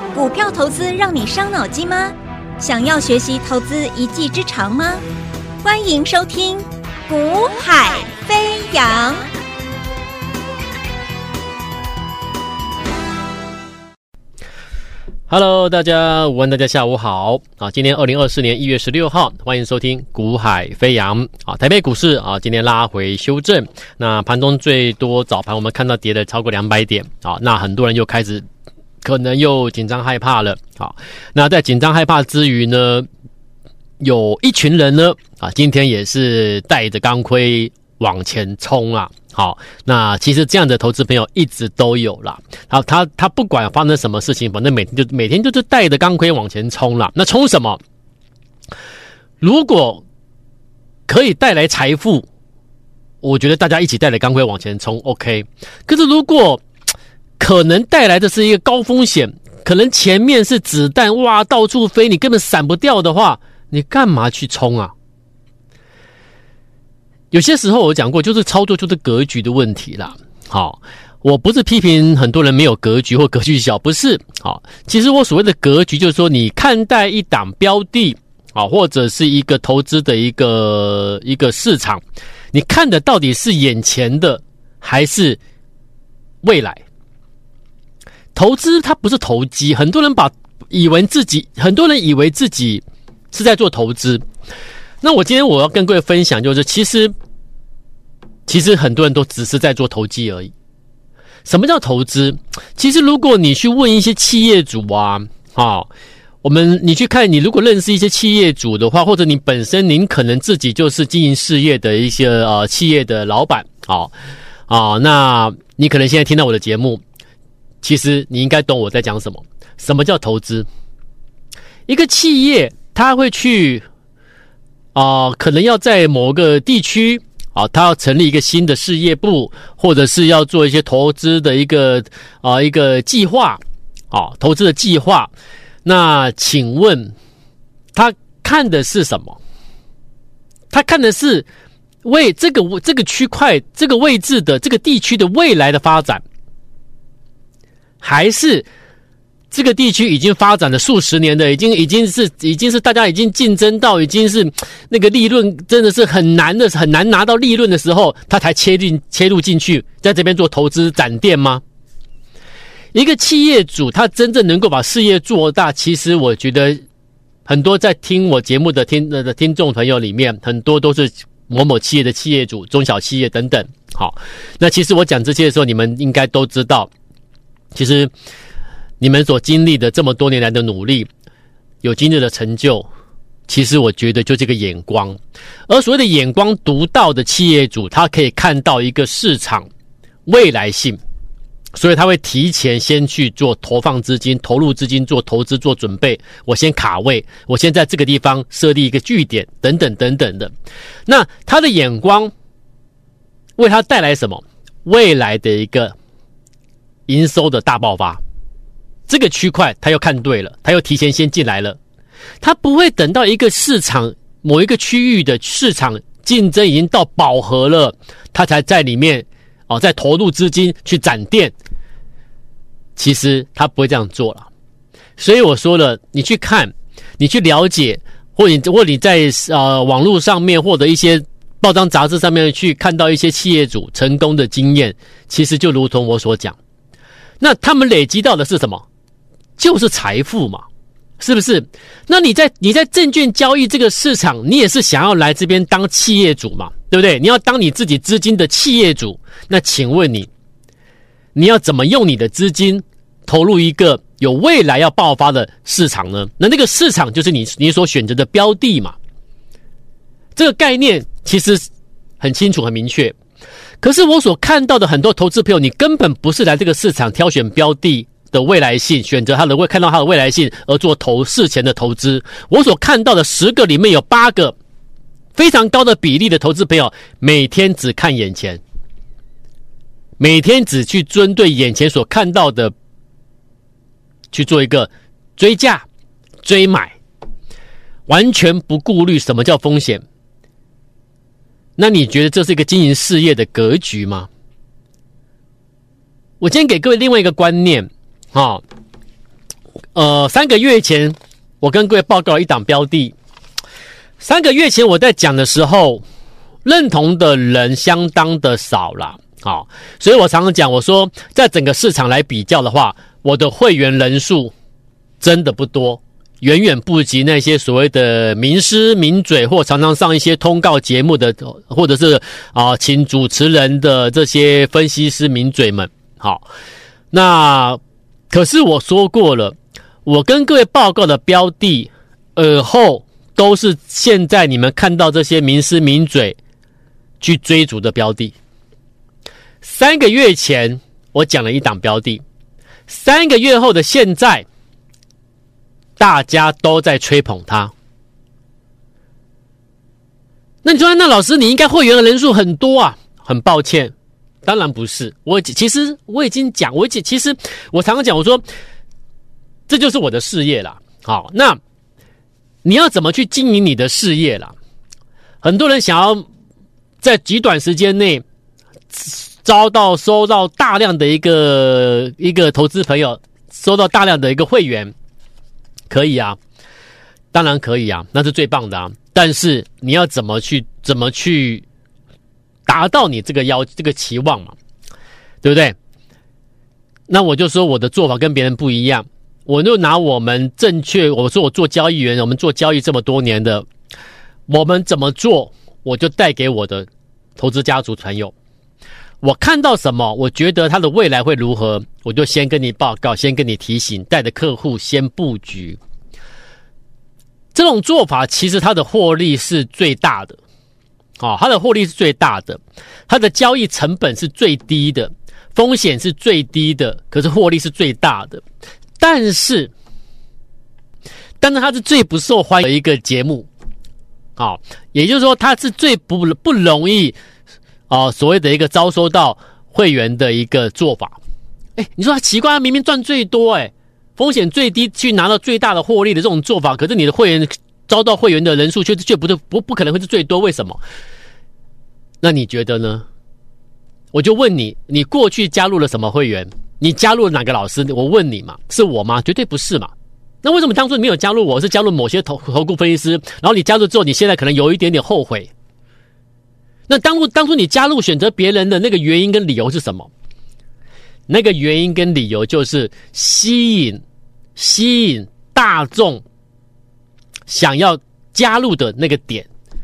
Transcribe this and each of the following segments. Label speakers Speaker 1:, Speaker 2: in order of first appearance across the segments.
Speaker 1: 股票投资让你伤脑筋吗？想要学习投资一技之长吗？欢迎收听《股海飞扬》。
Speaker 2: Hello， 大家午安，大家下午好啊！今天2024年1月16号，欢迎收听股海飞扬啊！台北股市啊，今天拉回修正，那盘中最多早盘我们看到跌了超过200点啊，那很多人又开始可能又紧张害怕了啊。那在紧张害怕之余呢，有一群人呢啊，今天也是带着钢盔往前冲啊。好，那其实这样的投资朋友一直都有啦。好，他不管发生什么事情，反正每天就是带着钢盔往前冲啦。那冲什么？如果可以带来财富，我觉得大家一起带着钢盔往前冲 OK。可是如果可能带来的是一个高风险，可能前面是子弹哇到处飞，你根本闪不掉的话，你干嘛去冲啊？有些时候我讲过，就是操作就是格局的问题啦。好，我不是批评很多人没有格局或格局小，不是。好，其实我所谓的格局就是说，你看待一档标的啊，或者是一个投资的一个市场，你看的到底是眼前的还是未来？投资它不是投机，很多人以为自己是在做投资。那我今天我要跟各位分享，就是其实很多人都只是在做投机而已。什么叫投资？其实如果你去问一些企业主啊，你去看，你如果认识一些企业主的话，或者你本身您可能自己就是经营事业的一些企业的老板，那你可能现在听到我的节目，其实你应该懂我在讲什么。什么叫投资？一个企业它会去可能要在某个地区他要成立一个新的事业部，或者是要做一些投资的一个计划投资的计划。那请问他看的是什么？他看的是为这个区块、这个位置的这个地区的未来的发展，还是这个地区已经发展了数十年的，已经是大家已经竞争到已经是那个利润真的是很难拿到利润的时候，他才切入进去，在这边做投资展店吗？一个企业主他真正能够把事业做大，其实我觉得很多在听我节目的听众朋友里面，很多都是某某企业的企业主、中小企业等等。好，那其实我讲这些的时候，你们应该都知道，其实你们所经历的这么多年来的努力，有今日的成就，其实我觉得就这个眼光。而所谓的眼光独到的企业主，他可以看到一个市场未来性，所以他会提前先去做投放资金、投入资金、做投资、做准备。我先卡位，我先在这个地方设立一个据点，等等等等的。那他的眼光为他带来什么？未来的一个营收的大爆发。这个区块他又看对了，他又提前先进来了。他不会等到一个市场某一个区域的市场竞争已经到饱和了，他才在里面再投入资金去展店。其实他不会这样做了。所以我说了，你去看，你去了解，或你在网络上面或者一些报章杂志上面去看到一些企业主成功的经验，其实就如同我所讲，那他们累积到的是什么？就是财富嘛，是不是？那你在证券交易这个市场，你也是想要来这边当企业主嘛，对不对？你要当你自己资金的企业主，那请问你要怎么用你的资金投入一个有未来要爆发的市场呢？那个市场就是你所选择的标的嘛。这个概念其实很清楚很明确。可是我所看到的很多投资朋友，你根本不是来这个市场挑选标的的未来性，选择看到它的未来性而做事前的投资。我所看到的10个里面有8个非常高的比例的投资朋友，每天只看眼前，每天只去针对眼前所看到的去做一个追价追买，完全不顾虑什么叫风险。那你觉得这是一个经营事业的格局吗？我今天给各位另外一个观念 3个月前我跟各位报告了一档标的，3个月前我在讲的时候，认同的人相当的少啦。好，所以我常常讲，我说在整个市场来比较的话，我的会员人数真的不多，远远不及那些所谓的名师名嘴或常常上一些通告节目的，或者是请主持人的这些分析师名嘴们。好，那可是我说过了，我跟各位报告的标的耳后都是现在你们看到这些名师名嘴去追逐的标的。3个月前我讲了一档标的，3个月后的现在大家都在吹捧它。那你说那老师你应该会员的人数很多啊，很抱歉，当然不是。其实我已经讲，其实我常常讲，我说这就是我的事业啦。好，那你要怎么去经营你的事业啦？很多人想要在极短时间内收到大量的一个投资朋友，收到大量的一个会员，可以啊，当然可以啊，那是最棒的啊。但是你要怎么去达到你这个期望嘛，对不对？那我就说我的做法跟别人不一样，我就拿我们我说我做交易员，我们做交易这么多年的，我们怎么做，我就带给我的投资家族朋友。我看到什么，我觉得它的未来会如何，我就先跟你报告，先跟你提醒，带着客户先布局。这种做法其实它的获利是最大的，它的获利是最大的，它的交易成本是最低的，风险是最低的，可是获利是最大的。但是它是最不受欢迎的一个节目，也就是说它是最不容易所谓的一个招收到会员的一个做法。你说奇怪，明明赚最多，风险最低，去拿到最大的获利的这种做法，可是你的会员招到会员的人数却不可能会是最多，为什么？那你觉得呢？我就问你，你过去加入了什么会员？你加入了哪个老师？我问你嘛，是我吗？绝对不是嘛。那为什么当初你没有加入我，是加入某些投顾分析师，然后你加入之后，你现在可能有一点点后悔？那当初你加入选择别人的那个原因跟理由是什么？那个原因跟理由就是吸引大众想要加入的那个点。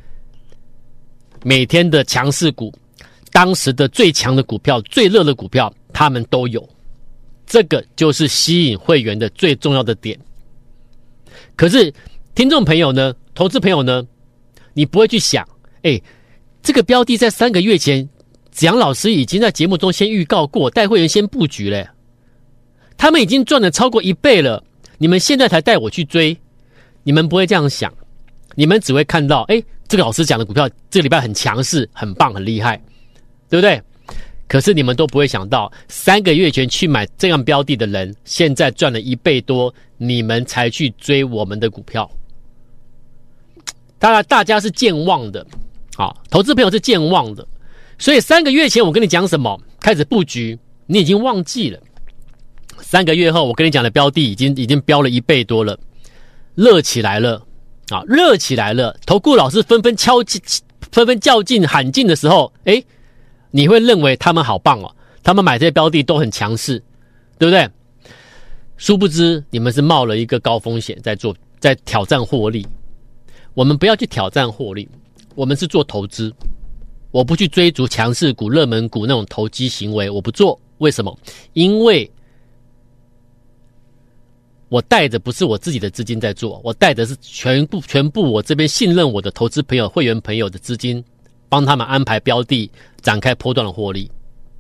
Speaker 2: 每天的强势股，当时的最强的股票，最热的股票，他们都有。这个就是吸引会员的最重要的点。可是听众朋友呢，投资朋友呢，你不会去想，这个标的在3个月前，子阳老师已经在节目中先预告过，带会员先布局了，他们已经赚了超过1倍了，你们现在才带我去追，你们不会这样想，你们只会看到，这个老师讲的股票这个礼拜很强势，很棒，很厉害，对不对？可是你们都不会想到，3个月前去买这样标的的人，现在赚了1倍多，你们才去追我们的股票。大家是健忘的，投资朋友是健忘的，所以3个月前我跟你讲什么，开始布局，你已经忘记了。3个月后，我跟你讲的标的已经飙了1倍多了，热起来了，热起来了。投顾老师纷纷较劲喊劲的时候，你会认为他们好棒哦，他们买这些标的都很强势，对不对？殊不知你们是冒了一个高风险在挑战获利。我们不要去挑战获利，我们是做投资，我不去追逐强势股、热门股那种投机行为，我不做。为什么？因为我带着不是我自己的资金在做，我带的是全部我这边信任我的投资朋友、会员朋友的资金，帮他们安排标的，展开波段的获利。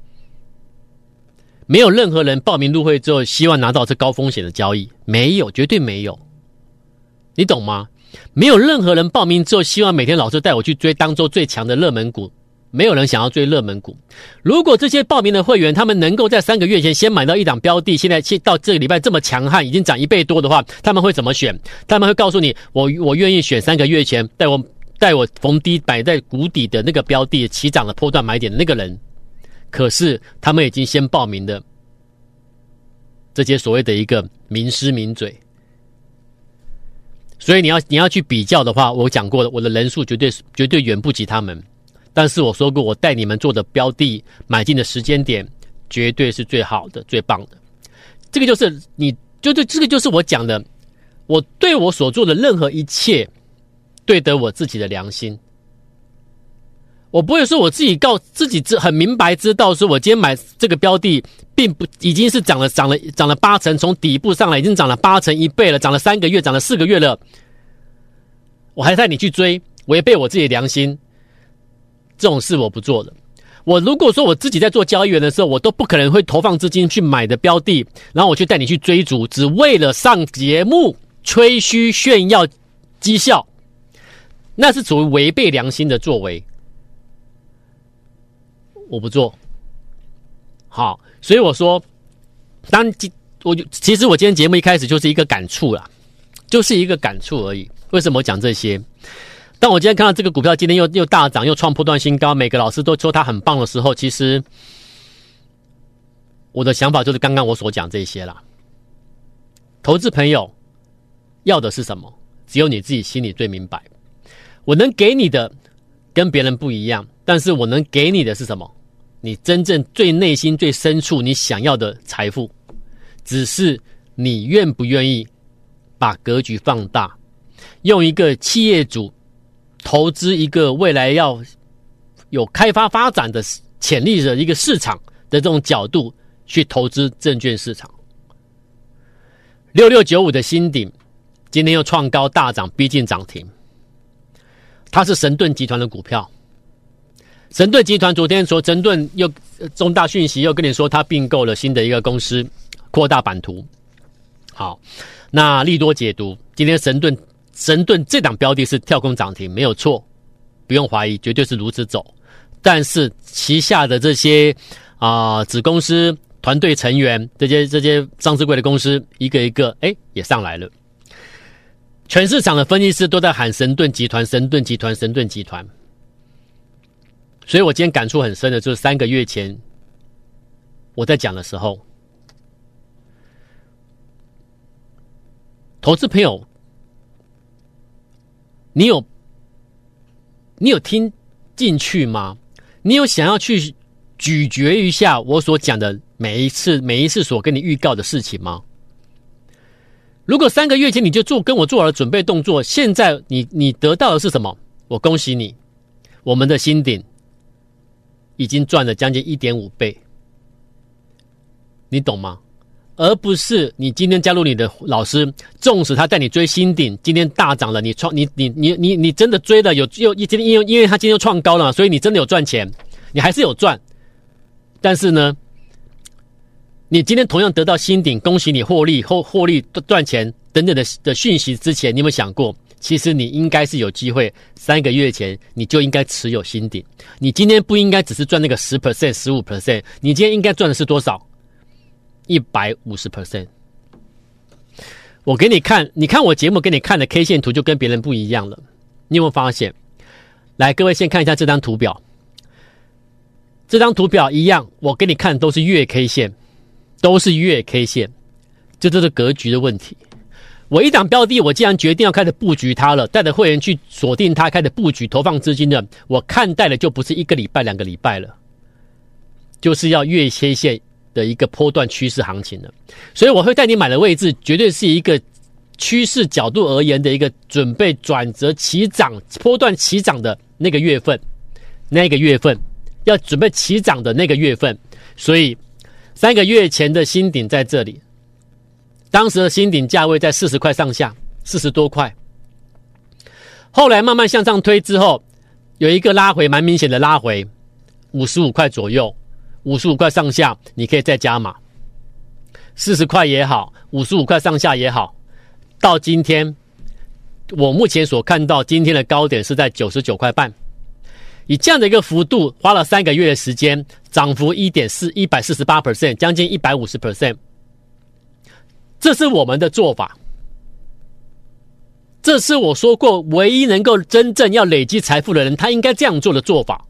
Speaker 2: 没有任何人报名入会之后希望拿到这高风险的交易，没有，绝对没有，你懂吗？没有任何人报名之后希望每天老师带我去追当周最强的热门股，没有人想要追热门股。如果这些报名的会员他们能够在3个月前先买到一档标的，现在到这个礼拜这么强悍，已经涨1倍多的话，他们会怎么选？他们会告诉你，我愿意选3个月前带我逢低摆在谷底的那个标的起涨的波段买点的那个人。可是他们已经先报名的， 这些所谓的一个名师名嘴。所以你要去比较的话，我讲过了，我的人数绝对远不及他们。但是我说过，我带你们做的标的买进的时间点，绝对是最好的、最棒的。这个就是这个就是我讲的，我对我所做的任何一切，对得我自己的良心。我不会说我自己很明白知道，说我今天买这个标的，并不已经是涨了8成，从底部上来已经涨了8成1倍了，涨了3个月，涨了4个月了，我还带你去追，违背我自己的良心，这种事我不做的。我如果说我自己在做交易员的时候，我都不可能会投放资金去买的标的，然后我去带你去追逐，只为了上节目吹嘘炫耀绩效，那是属于违背良心的作为。我不做。好，所以我说，其实我今天节目一开始就是一个感触啦，就是一个感触而已。为什么我讲这些？当我今天看到这个股票今天又大涨，又创波段新高，每个老师都说它很棒的时候，其实我的想法就是刚刚我所讲这些啦。投资朋友要的是什么？只有你自己心里最明白。我能给你的跟别人不一样，但是我能给你的是什么？你真正最内心最深处你想要的财富，只是你愿不愿意把格局放大，用一个企业主投资一个未来要有开发发展的潜力的一个市场的这种角度去投资证券市场。6695的新鼎今天又创高大涨，逼近涨停。它是神盾集团的股票。神盾集团昨天说，神盾又重大讯息又跟你说，他并购了新的一个公司，扩大版图。好，那利多解读，今天神盾这档标的是跳空涨停，没有错，不用怀疑，绝对是如此走。但是旗下的这些子公司、团队成员，这些上市柜的公司，一个一个也上来了。全市场的分析师都在喊神盾集团，神盾集团，神盾集团。所以我今天感触很深的就是3个月前我在讲的时候，投资朋友，你有听进去吗？你有想要去咀嚼一下我所讲的每一次所跟你预告的事情吗？如果3个月前你就跟我做好了准备动作，现在你得到的是什么？我恭喜你，我们的新鼎已经赚了将近 1.5 倍，你懂吗？而不是你今天加入你的老师，纵使他带你追新鼎，今天大涨了，你真的追了，因为他今天又创高了，所以你真的有赚钱，你还是有赚。但是呢，你今天同样得到新鼎，恭喜你获利赚钱等等的讯息之前，你有没有想过？其实你应该是有机会，3个月前你就应该持有新鼎。你今天不应该只是赚那个 10%、15%， 你今天应该赚的是多少？150%。我给你看，你看我节目给你看的 K 线图就跟别人不一样了。你有没有发现？来，各位先看一下这张图表。这张图表一样，我给你看都是月 K 线，都是月 K 线，这都是格局的问题。我一档标的，我既然决定要开始布局它了，带着会员去锁定它，开始布局投放资金的，我看待的就不是1个礼拜、2个礼拜了，就是要月 K 线的一个波段趋势行情了。所以我会带你买的位置，绝对是一个趋势角度而言的一个准备转折起涨、波段起涨的那个月份，要准备起涨的那个月份。所以3个月前的新鼎在这里。当时的新鼎价位在40块上下，40多块。后来慢慢向上推之后，有一个拉回，蛮明显的拉回，55块左右，55块上下，你可以再加码，40块也好，55块上下也好。到今天，我目前所看到今天的高点是在99块半，以这样的一个幅度，花了3个月的时间，涨幅 148%， 将近 150%。这是我们的做法，这是我说过唯一能够真正要累积财富的人他应该这样做的做法。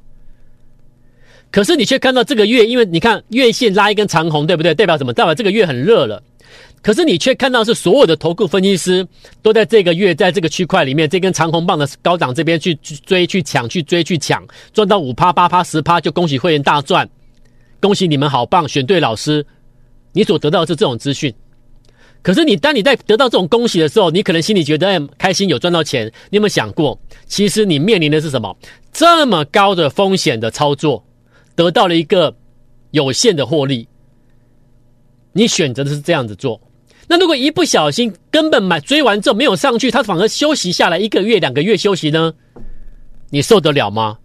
Speaker 2: 可是你却看到这个月，因为你看月线拉一根长红，对不对？代表什么？代表这个月很热了， 可是你却看到是所有的投顾分析师都在这个月在这个区块里面，这根长红棒的高档这边去追去抢去追去抢，赚到 5%、8%、10%，就恭喜会员大赚，恭喜你们好棒，选对老师。你所得到的是这种资讯。可是当你在得到这种恭喜的时候，你可能心里觉得开心，有赚到钱。你有没有想过，其实你面临的是什么？这么高的风险的操作，得到了一个有限的获利，你选择的是这样子做。那如果一不小心根本追完之后没有上去，它反而休息下来1个月、2个月休息呢？你受得了吗？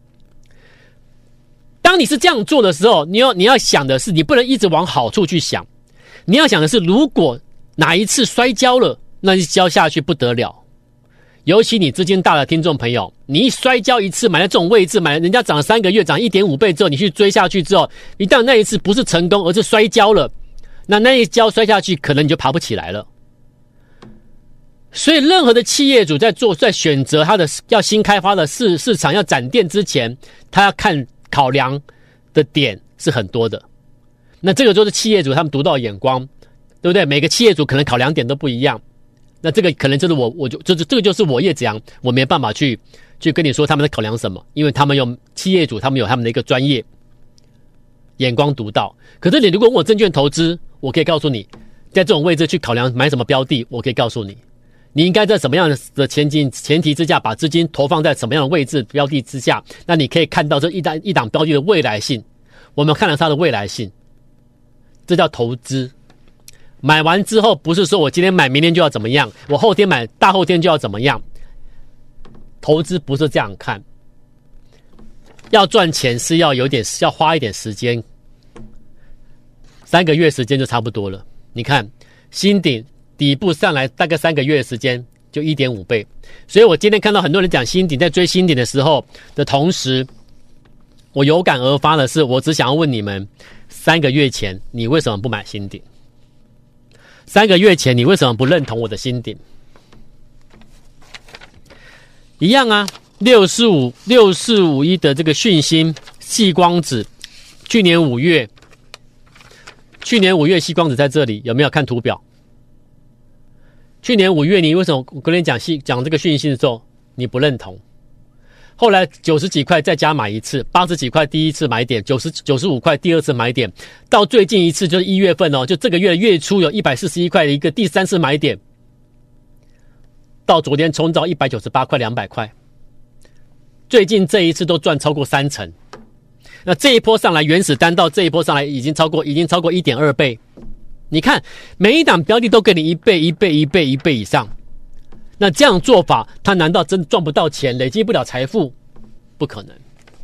Speaker 2: 当你是这样做的时候，你要想的是，你不能一直往好处去想。你要想的是，如果哪一次摔跤了，那一跤下去不得了。尤其你资金大的听众朋友，你一摔跤一次，买在这种位置，买人家涨了3个月，涨 1.5 倍之后，你去追下去之后，一旦那一次不是成功，而是摔跤了，那一跤摔下去，可能你就爬不起来了。所以，任何的企业主在选择他的要新开发的市场要展店之前，他要考量的点是很多的。那这个就是企业主他们独到的眼光，对不对？每个企业主可能考量点都不一样。那这个可能就是这个就是我叶子阳，我没办法去跟你说他们在考量什么，因为他们企业主他们有他们的一个专业眼光独到。可是你如果问我证券投资，我可以告诉你，在这种位置去考量买什么标的，我可以告诉你，你应该在什么样的前提之下，把资金投放在什么样的位置标的之下，那你可以看到这一档标的的未来性。我们看到它的未来性，这叫投资。买完之后不是说我今天买明天就要怎么样，我后天买大后天就要怎么样。投资不是这样看，要赚钱是要花一点时间，3个月时间就差不多了。你看新顶底部上来大概3个月的时间就 1.5 倍，所以我今天看到很多人讲新顶，在追新顶的时候的同时，我有感而发的是，我只想要问你们，3个月前你为什么不买新顶？3个月前你为什么不认同我的新顶？一样啊，6451的这个讯星矽光子，去年5月矽光子在这里，有没有看图表？去年5月你为什么我跟你讲这个讯星的时候你不认同？后来90几块再加买一次，80几块第一次买点，95块第二次买点，到最近一次就是1月份哦，就这个月月初有141块的一个第3次买点，到昨天冲到198块、200块，最近这一次都赚超过3成。那这一波上来，原始单到这一波上来已经超过 1.2 倍。你看每一档标的都给你1倍以上。那这样做法，他难道真赚不到钱，累积不了财富？不可能。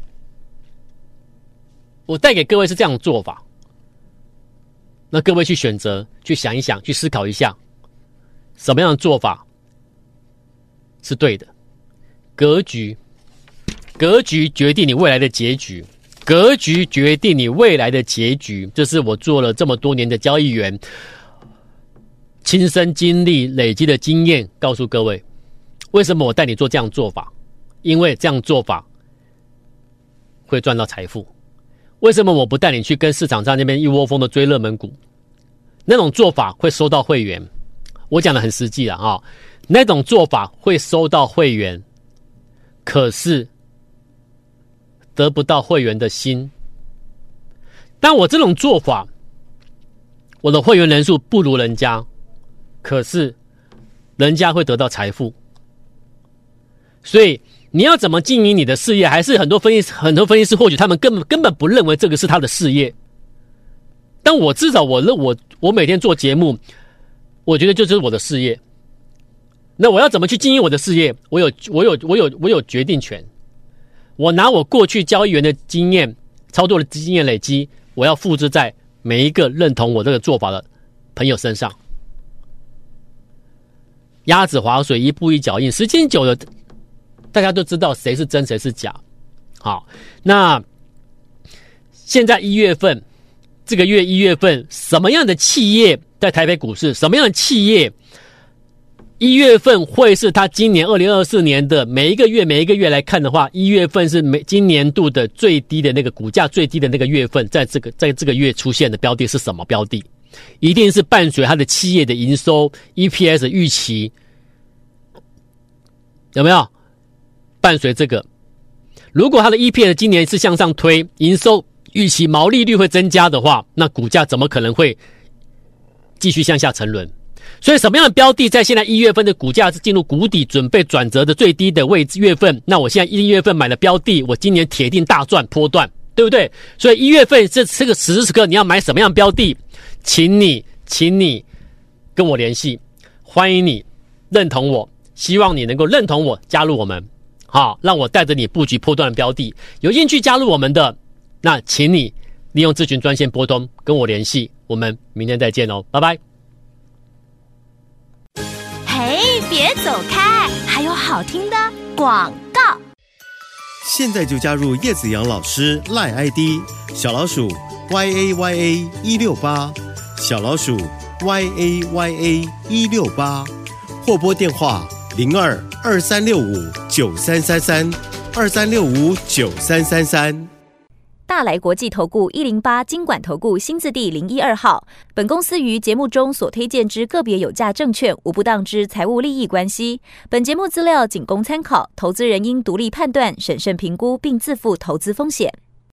Speaker 2: 我带给各位是这样的做法，那各位去选择，去想一想，去思考一下，什么样的做法是对的。格局决定你未来的结局，格局决定你未来的结局。这是我做了这么多年的交易员，亲身经历累积的经验告诉各位，为什么我带你做这样做法？因为这样做法会赚到财富。为什么我不带你去跟市场上那边一窝蜂的追热门股？那种做法会收到会员，我讲的很实际了啊，那种做法会收到会员，可是得不到会员的心。但我这种做法，我的会员人数不如人家，可是人家会得到财富。所以你要怎么经营你的事业，还是很多分析师或许他们根本不认为这个是他的事业。但我至少我每天做节目，我觉得这就是我的事业。那我要怎么去经营我的事业？我有决定权。我拿我过去交易员的经验、操作的经验累积，我要复制在每一个认同我这个做法的朋友身上。鸭子划水，一步一脚印，时间久了，大家都知道谁是真谁是假。好，那现在1月份，这个月1月份，什么样的企业在台北股市？什么样的企业1月份会是他今年2024年的每一个月来看的话，1月份是今年度的最低的那个股价最低的那个月份，在这个月出现的标的是什么标的？ 一定是伴随它的企业的营收 EPS 的预期，有没有？伴随这个，如果它的 EPS 今年是向上推，营收预期毛利率会增加的话，那股价怎么可能会继续向下沉沦？所以什么样的标的在现在1月份的股价是进入谷底，准备转折的最低的位置月份，那我现在1月份买的标的，我今年铁定大赚波段，对不对？所以1月份这个此时此刻你要买什么样的标的，请你跟我联系，欢迎你认同我，希望你能够认同我，加入我们，好，让我带着你布局波段的标的。有兴趣加入我们的，那请你利用咨询专线拨通跟我联系，我们明天再见哦，拜拜。
Speaker 1: 嘿，别走开，还有好听的广告。
Speaker 3: 现在就加入叶子阳老师 LINE ID 小老鼠 YAYA168 小老鼠 YAYA168，或拨电话02-2365-9333 2365-9333。
Speaker 4: 大来国际投顾108金管投顾新字第012号。本公司于节目中所推荐之个别有价证券，无不当之财务利益关系。本节目资料仅供参考，投资人应独立判断、审慎评估，并自负投资风险。